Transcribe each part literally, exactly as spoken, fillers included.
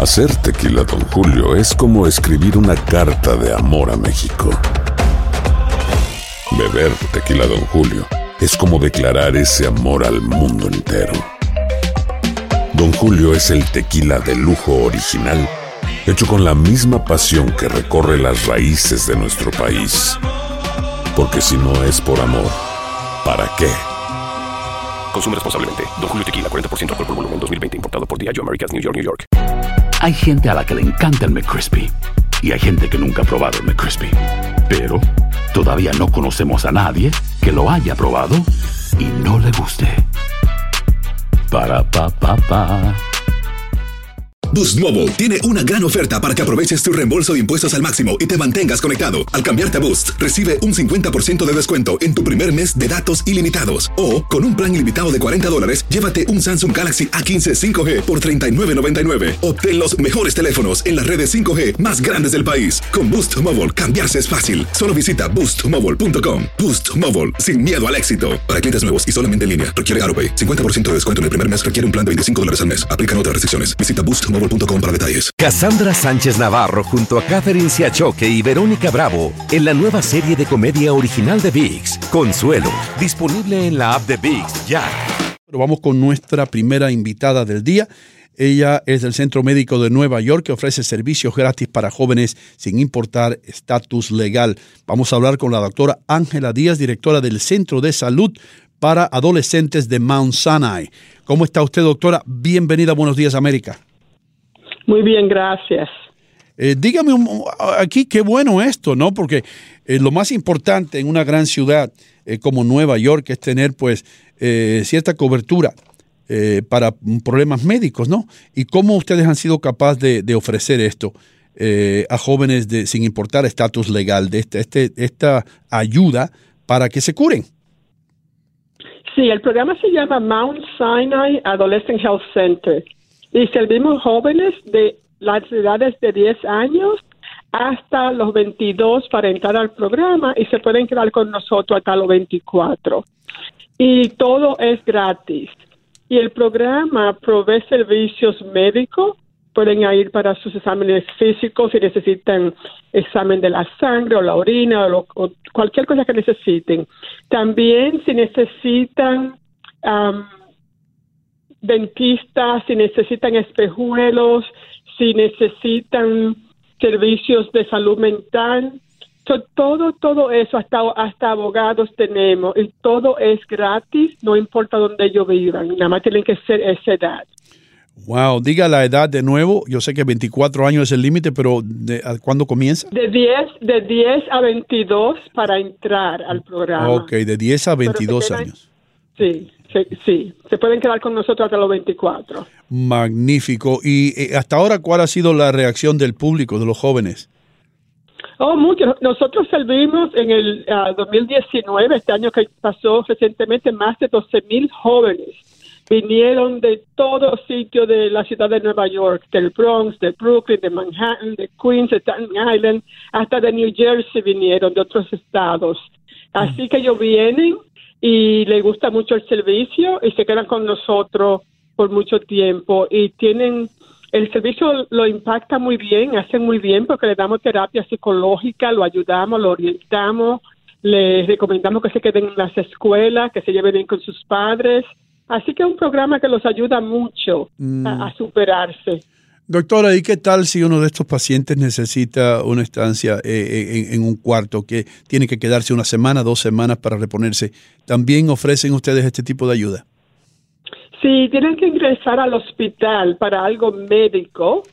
Hacer tequila Don Julio es como escribir una carta de amor a México. Beber tequila Don Julio es como declarar ese amor al mundo entero. Don Julio es el tequila de lujo original, hecho con la misma pasión que recorre las raíces de nuestro país. Porque si no es por amor, ¿para qué? Consume responsablemente. Don Julio Tequila, cuarenta por ciento alcohol por volumen, dos mil veinte, importado por Diageo Americas, New York, New York. Hay gente a la que le encanta el McCrispy y hay gente que nunca ha probado el McCrispy. Pero todavía no conocemos a nadie que lo haya probado y no le guste. Para pa pa pa. Boost Mobile tiene una gran oferta para que aproveches tu reembolso de impuestos al máximo y te mantengas conectado. Al cambiarte a Boost, recibe un cincuenta por ciento de descuento en tu primer mes de datos ilimitados. O, con un plan ilimitado de cuarenta dólares, llévate un Samsung Galaxy A quince cinco G por treinta y nueve noventa y nueve. Obtén los mejores teléfonos en las redes cinco G más grandes del país. Con Boost Mobile, cambiarse es fácil. Solo visita boost mobile punto com. Boost Mobile, sin miedo al éxito. Para clientes nuevos y solamente en línea, requiere AutoPay. cincuenta por ciento de descuento en el primer mes requiere un plan de veinticinco dólares al mes. Aplican otras restricciones. Visita boost mobile punto com para detalles. Cassandra Sánchez Navarro junto a Catherine Siachoque y Verónica Bravo en la nueva serie de comedia original de ViX, Consuelo, disponible en la app de ViX ya. Vamos con nuestra primera invitada del día. Ella es del Centro Médico de Nueva York, que ofrece servicios gratis para jóvenes sin importar estatus legal. Vamos a hablar con la doctora Ángela Díaz, directora del Centro de Salud para Adolescentes de Mount Sinai. ¿Cómo está usted, doctora? Bienvenida a Buenos Días, América. Muy bien, gracias. Eh, dígame un, aquí qué bueno esto, ¿no? Porque eh, lo más importante en una gran ciudad eh, como Nueva York es tener, pues, eh, cierta cobertura eh, para problemas médicos, ¿no? ¿Y cómo ustedes han sido capaces de, de ofrecer esto eh, a jóvenes de, sin importar estatus legal, de este, este, esta ayuda para que se curen? Sí, el programa se llama Mount Sinai Adolescent Health Center. Y servimos jóvenes de las edades de diez años hasta los veintidós para entrar al programa y se pueden quedar con nosotros hasta los veinticuatro. Y todo es gratis. Y el programa provee servicios médicos. Pueden ir para sus exámenes físicos si necesitan examen de la sangre o la orina o, lo, o cualquier cosa que necesiten. También si necesitan Um, dentistas, si necesitan espejuelos, si necesitan servicios de salud mental, so, todo, todo eso, hasta, hasta abogados tenemos, y todo es gratis, no importa dónde ellos vivan, nada más tienen que ser esa edad. Wow, diga la edad de nuevo, yo sé que veinticuatro años es el límite, pero ¿de, ¿cuándo comienza? De diez, de diez a veintidós para entrar al programa. Ok, de diez a veintidós quedan, años. Sí. Sí, sí, se pueden quedar con nosotros hasta los veinticuatro. Magnífico. ¿Y eh, hasta ahora cuál ha sido la reacción del público, de los jóvenes? Oh, mucho. Nosotros servimos en el uh, dos mil diecinueve, este año que pasó recientemente, más de doce mil jóvenes. Vinieron de todos sitios de la ciudad de Nueva York, del Bronx, de Brooklyn, de Manhattan, de Queens, de Staten Island, hasta de New Jersey vinieron, de otros estados. Así que ellos vienen y les gusta mucho el servicio y se quedan con nosotros por mucho tiempo y tienen, el servicio lo impacta muy bien, hacen muy bien porque le damos terapia psicológica, lo ayudamos, lo orientamos, les recomendamos que se queden en las escuelas, que se lleven bien con sus padres, así que es un programa que los ayuda mucho mm. a, a superarse. Doctora, ¿y qué tal si uno de estos pacientes necesita una estancia eh, en, en un cuarto que tiene que quedarse una semana, dos semanas para reponerse? ¿También ofrecen ustedes este tipo de ayuda? Sí, tienen que ingresar al hospital para algo médico.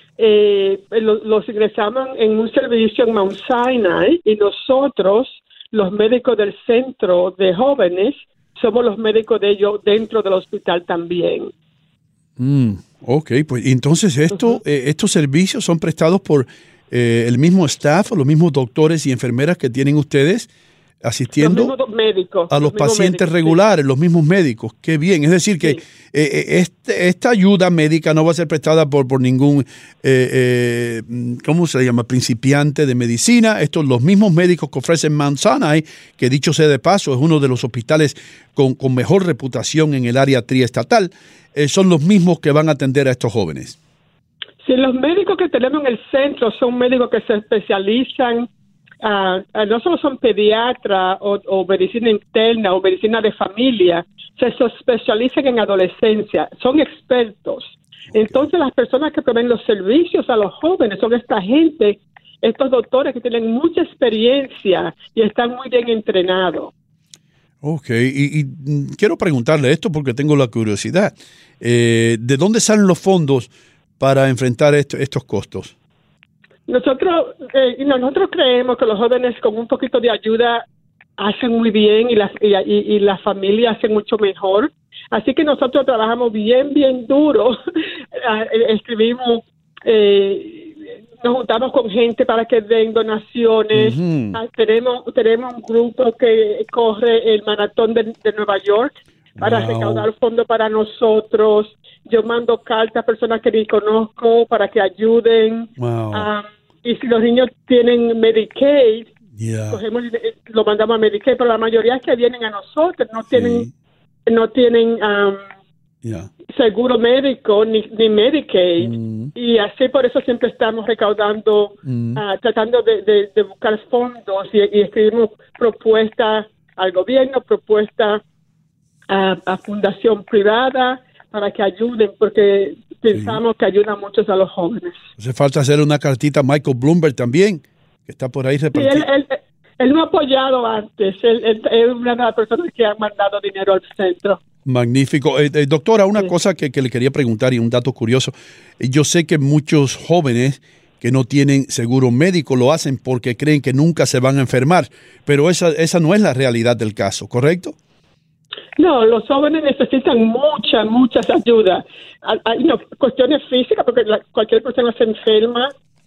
Eh, los, los ingresamos en un servicio en Mount Sinai y nosotros, los médicos del centro de jóvenes, somos los médicos de ellos dentro del hospital también. Mm, ok, pues entonces esto, uh-huh. eh, estos servicios son prestados por eh, el mismo staff o los mismos doctores y enfermeras que tienen ustedes asistiendo los mismos médicos, a los, los pacientes médicos, regulares, sí. los mismos médicos. Qué bien, es decir que sí. eh, este, esta ayuda médica no va a ser prestada por, por ningún, eh, eh, ¿cómo se llama?, principiante de medicina. Estos los mismos médicos que ofrecen Mount Sinai, que dicho sea de paso, es uno de los hospitales con, con mejor reputación en el área triestatal, eh, son los mismos que van a atender a estos jóvenes. Si los médicos que tenemos en el centro son médicos que se especializan, uh, uh, no solo son pediatras o, o medicina interna o medicina de familia, se especializan en adolescencia, son expertos. Entonces las personas que proveen los servicios a los jóvenes son esta gente, estos doctores que tienen mucha experiencia y están muy bien entrenados. Ok, y, y quiero preguntarle esto porque tengo la curiosidad. Eh, ¿De dónde salen los fondos para enfrentar esto, estos costos? Nosotros eh, nosotros creemos que los jóvenes con un poquito de ayuda hacen muy bien y las y, y, y las familias hacen mucho mejor. Así que nosotros trabajamos bien, bien duro. Escribimos, eh, nos juntamos con gente para que den donaciones. Uh-huh. Ah, tenemos tenemos un grupo que corre el maratón de, de Nueva York para wow. recaudar fondos para nosotros. Yo mando cartas a personas que ni conozco para que ayuden. Wow. Um, y si los niños tienen Medicaid, yeah. cogemos, lo mandamos a Medicaid, pero la mayoría que vienen a nosotros no tienen, sí. no tienen um, yeah. seguro médico ni, ni Medicaid. Mm. Y así por eso siempre estamos recaudando, mm. uh, tratando de, de, de buscar fondos y, y escribimos propuestas al gobierno, propuestas a, a fundación privada, para que ayuden, porque pensamos sí. que ayudan mucho a los jóvenes. Hace falta hacer una cartita a Michael Bloomberg también, que está por ahí repartido. Sí, él, él, él no ha apoyado antes, él, él, él es una de las personas que han mandado dinero al centro. Magnífico. Eh, eh, doctora, una sí. cosa que, que le quería preguntar y un dato curioso. Yo sé que muchos jóvenes que no tienen seguro médico lo hacen porque creen que nunca se van a enfermar, pero esa, esa no es la realidad del caso, ¿correcto? No, los jóvenes necesitan mucha, muchas ayudas. Hay no, cuestiones físicas, porque la, cualquier persona se enferma,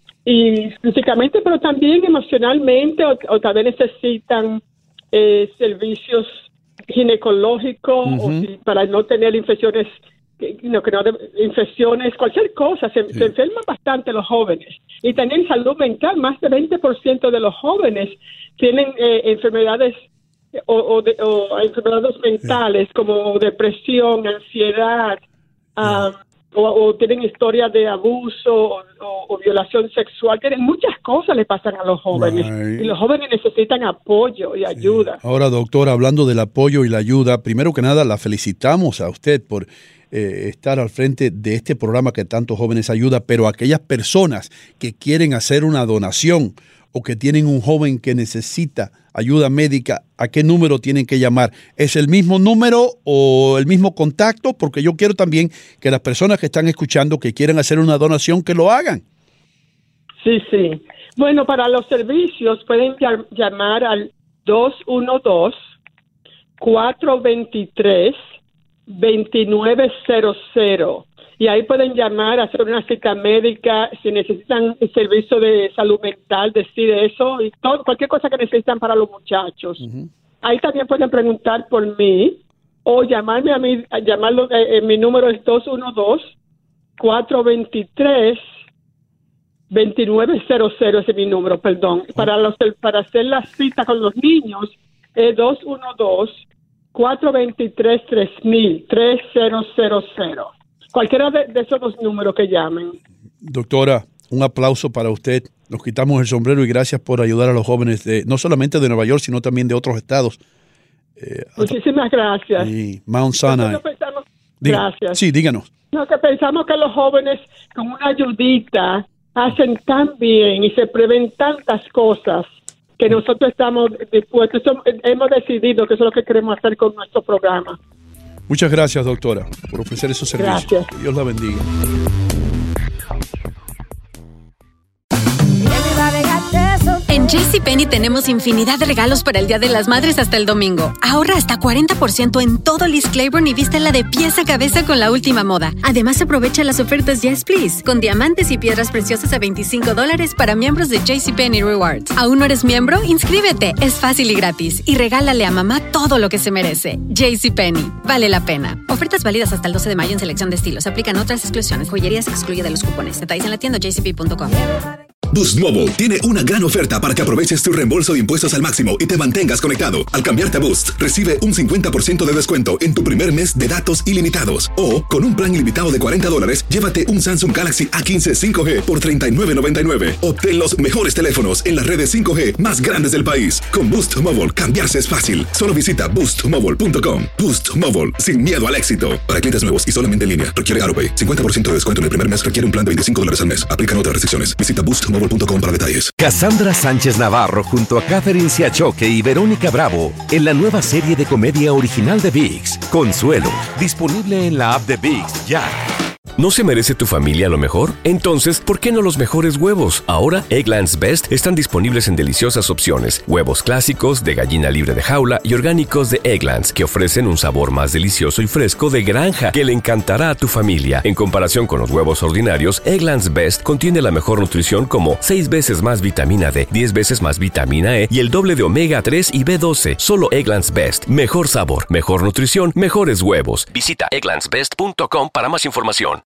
y físicamente, pero también emocionalmente, o, o también necesitan eh, servicios ginecológicos, uh-huh. o si, para no tener infecciones, no, que no de, infecciones, cualquier cosa. Se, sí. se enferman bastante los jóvenes. Y también salud mental, más del veinte por ciento de los jóvenes tienen eh, enfermedades O, o, de, o enfermedades mentales yeah. como depresión, ansiedad, yeah. um, o, o tienen historias de abuso o, o, o violación sexual. Tienen muchas cosas le pasan a los jóvenes right. y los jóvenes necesitan apoyo y sí. ayuda. Ahora, doctora, hablando del apoyo y la ayuda, primero que nada la felicitamos a usted por eh, estar al frente de este programa que tantos jóvenes ayuda, pero aquellas personas que quieren hacer una donación o que tienen un joven que necesita ayuda médica, ¿a qué número tienen que llamar? ¿Es el mismo número o el mismo contacto? Porque yo quiero también que las personas que están escuchando, que quieren hacer una donación, que lo hagan. Sí, sí. Bueno, para los servicios pueden llamar al dos uno dos, cuatro dos tres, dos nueve cero cero. Y ahí pueden llamar, hacer una cita médica, si necesitan el servicio de salud mental, decir eso, y todo, cualquier cosa que necesitan para los muchachos. Uh-huh. Ahí también pueden preguntar por mí, o llamarme a mí, a llamarlo, eh, mi número es dos uno dos, cuatro dos tres, dos nueve cero cero, ese es mi número, perdón. Uh-huh. Para los para hacer la cita con los niños, es dos uno dos, cuatro dos tres, tres mil, tres cero cero cero. Cualquiera de, de esos dos números que llamen. Doctora, un aplauso para usted. Nos quitamos el sombrero y gracias por ayudar a los jóvenes, de, no solamente de Nueva York, sino también de otros estados. Eh, Muchísimas gracias. Y Mount Sinai. Pensamos, Diga, gracias. Sí, díganos. No, que pensamos que los jóvenes con una ayudita hacen tan bien y se prevén tantas cosas que nosotros estamos dispuestos, hemos decidido que eso es lo que queremos hacer con nuestro programa. Muchas gracias, doctora, por ofrecer esos servicios. Gracias. Que Dios la bendiga. En JCPenney tenemos infinidad de regalos para el Día de las Madres hasta el domingo. Ahorra hasta cuarenta por ciento en todo Liz Claiborne y vístela de pies a cabeza con la última moda. Además, aprovecha las ofertas Yes Please, con diamantes y piedras preciosas a veinticinco dólares para miembros de JCPenney Rewards. ¿Aún no eres miembro? Inscríbete. Es fácil y gratis. Y regálale a mamá todo lo que se merece. JCPenney. Vale la pena. Ofertas válidas hasta el doce de mayo en selección de estilos. Aplican otras exclusiones. Joyería se excluye de los cupones. Detalles en la tienda j c p punto com. Boost Mobile tiene una gran oferta para que aproveches tu reembolso de impuestos al máximo y te mantengas conectado. Al cambiarte a Boost, recibe un cincuenta por ciento de descuento en tu primer mes de datos ilimitados. O, con un plan ilimitado de cuarenta dólares, llévate un Samsung Galaxy A quince cinco G por treinta y nueve noventa y nueve. Obtén los mejores teléfonos en las redes cinco G más grandes del país. Con Boost Mobile, cambiarse es fácil. Solo visita boost mobile punto com. Boost Mobile, sin miedo al éxito. Para clientes nuevos y solamente en línea, requiere AutoPay. cincuenta por ciento de descuento en el primer mes, requiere un plan de veinticinco dólares al mes. Aplican otras restricciones. Visita boost mobile punto com para detalles. Cassandra Sánchez Navarro junto a Catherine Siachoque y Verónica Bravo en la nueva serie de comedia original de ViX, Consuelo, disponible en la app de ViX ya. ¿No se merece tu familia lo mejor? Entonces, ¿por qué no los mejores huevos? Ahora, Eggland's Best están disponibles en deliciosas opciones. Huevos clásicos, de gallina libre de jaula y orgánicos de Eggland's, que ofrecen un sabor más delicioso y fresco de granja que le encantará a tu familia. En comparación con los huevos ordinarios, Eggland's Best contiene la mejor nutrición como seis veces más vitamina D, diez veces más vitamina E y el doble de omega tres y B doce. Solo Eggland's Best. Mejor sabor, mejor nutrición, mejores huevos. Visita egglands best punto com para más información.